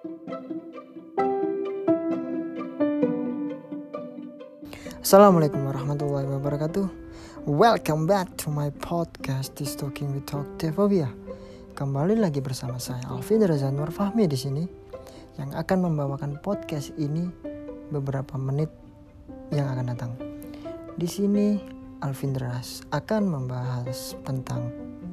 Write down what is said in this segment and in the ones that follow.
Assalamualaikum warahmatullahi wabarakatuh. Welcome back to my podcast This Talking with Talk Devovia. Kembali lagi bersama saya Alvin Reza Nur Fahmi di sini yang akan membawakan podcast ini beberapa menit yang akan datang. Di sini Alvin Raz akan membahas tentang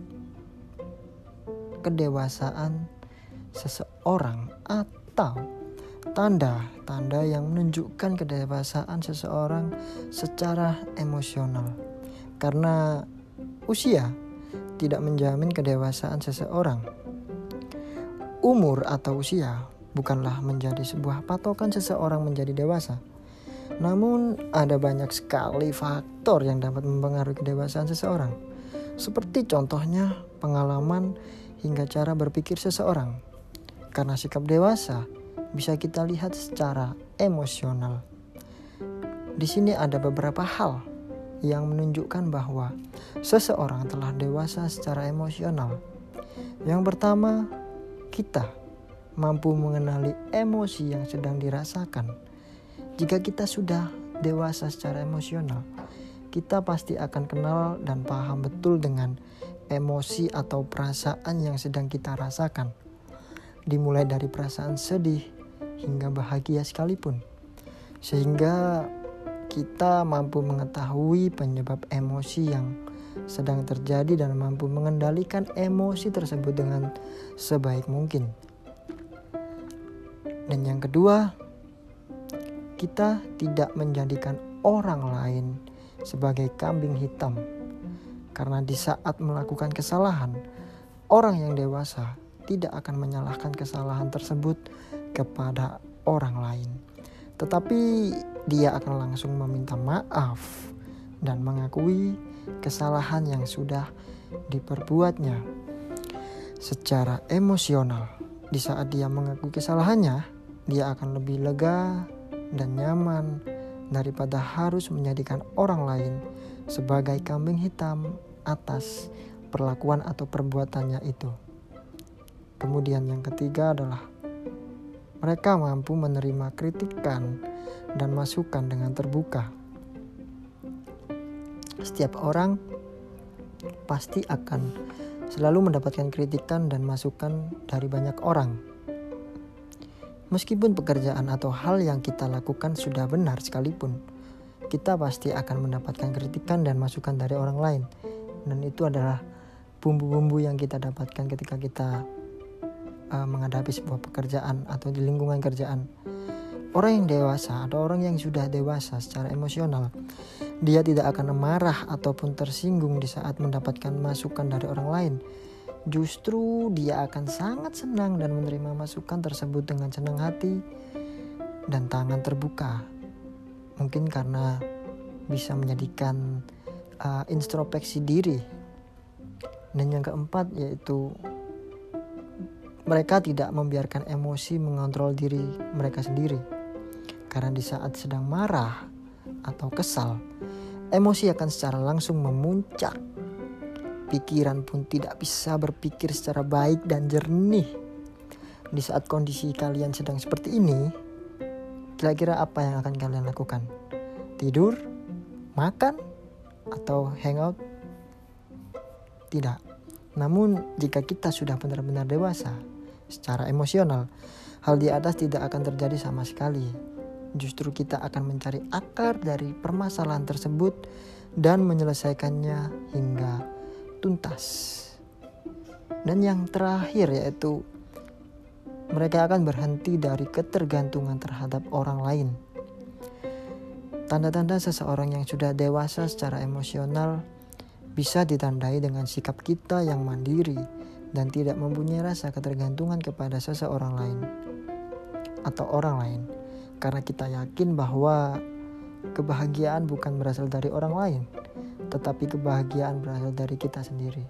kedewasaan seseorang atau tanda-tanda yang menunjukkan kedewasaan seseorang secara emosional. Karena usia tidak menjamin kedewasaan seseorang. Umur atau usia bukanlah menjadi sebuah patokan seseorang menjadi dewasa. Namun ada banyak sekali faktor yang dapat mempengaruhi kedewasaan seseorang. Seperti contohnya pengalaman hingga cara berpikir seseorang. Karena sikap dewasa bisa kita lihat secara emosional. Di sini ada beberapa hal yang menunjukkan bahwa seseorang telah dewasa secara emosional. Yang pertama, kita mampu mengenali emosi yang sedang dirasakan. Jika kita sudah dewasa secara emosional, kita pasti akan kenal dan paham betul dengan emosi atau perasaan yang sedang kita rasakan. Dimulai dari perasaan sedih hingga bahagia sekalipun. Sehingga kita mampu mengetahui penyebab emosi yang sedang terjadi dan mampu mengendalikan emosi tersebut dengan sebaik mungkin. Dan yang kedua, kita tidak menjadikan orang lain sebagai kambing hitam. Karena di saat melakukan kesalahan, orang yang dewasa tidak akan menyalahkan kesalahan tersebut kepada orang lain. Tetapi dia akan langsung meminta maaf dan mengakui kesalahan yang sudah diperbuatnya. Secara emosional, di saat dia mengakui kesalahannya, dia akan lebih lega dan nyaman daripada harus menjadikan orang lain sebagai kambing hitam atas perlakuan atau perbuatannya itu. Kemudian yang ketiga adalah mereka mampu menerima kritikan dan masukan dengan terbuka. Setiap orang pasti akan selalu mendapatkan kritikan dan masukan dari banyak orang. Meskipun pekerjaan atau hal yang kita lakukan sudah benar sekalipun, kita pasti akan mendapatkan kritikan dan masukan dari orang lain. Dan itu adalah bumbu-bumbu yang kita dapatkan ketika kita menghadapi sebuah pekerjaan atau di lingkungan kerjaan. Orang yang dewasa atau orang yang sudah dewasa secara emosional, dia tidak akan marah ataupun tersinggung di saat mendapatkan masukan dari orang lain. Justru dia akan sangat senang dan menerima masukan tersebut dengan senang hati dan tangan terbuka. Mungkin karena bisa menjadikan introspeksi diri. Dan yang keempat yaitu mereka tidak membiarkan emosi mengontrol diri mereka sendiri. Karena di saat sedang marah atau kesal, emosi akan secara langsung memuncak. Pikiran pun tidak bisa berpikir secara baik dan jernih. Di saat kondisi kalian sedang seperti ini, kira-kira apa yang akan kalian lakukan? Tidur? Makan? Atau hangout? Tidak. Namun jika kita sudah benar-benar dewasa secara emosional, hal di atas tidak akan terjadi sama sekali. Justru kita akan mencari akar dari permasalahan tersebut dan menyelesaikannya hingga tuntas. Dan yang terakhir yaitu mereka akan berhenti dari ketergantungan terhadap orang lain. Tanda-tanda seseorang yang sudah dewasa secara emosional bisa ditandai dengan sikap kita yang mandiri dan tidak mempunyai rasa ketergantungan kepada seseorang lain atau orang lain. Karena kita yakin bahwa kebahagiaan bukan berasal dari orang lain, tetapi kebahagiaan berasal dari kita sendiri.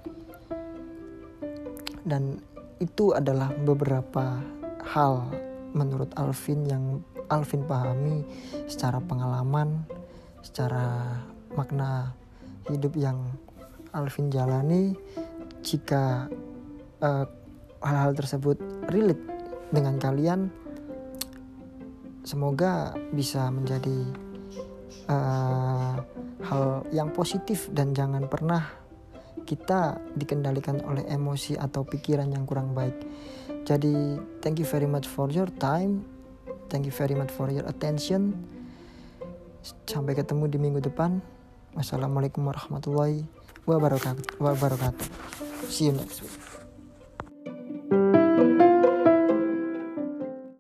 Dan itu adalah beberapa hal menurut Alvin yang Alvin pahami secara pengalaman, secara makna hidup yang Alvin jalani. Jika hal-hal tersebut relate dengan kalian. Semoga bisa menjadi hal yang positif, dan jangan pernah kita dikendalikan oleh emosi atau pikiran yang kurang baik. Jadi thank you very much for your time, thank you very much for your attention. Sampai ketemu di minggu depan. Wassalamualaikum warahmatullahi wabarakatuh. See you next week.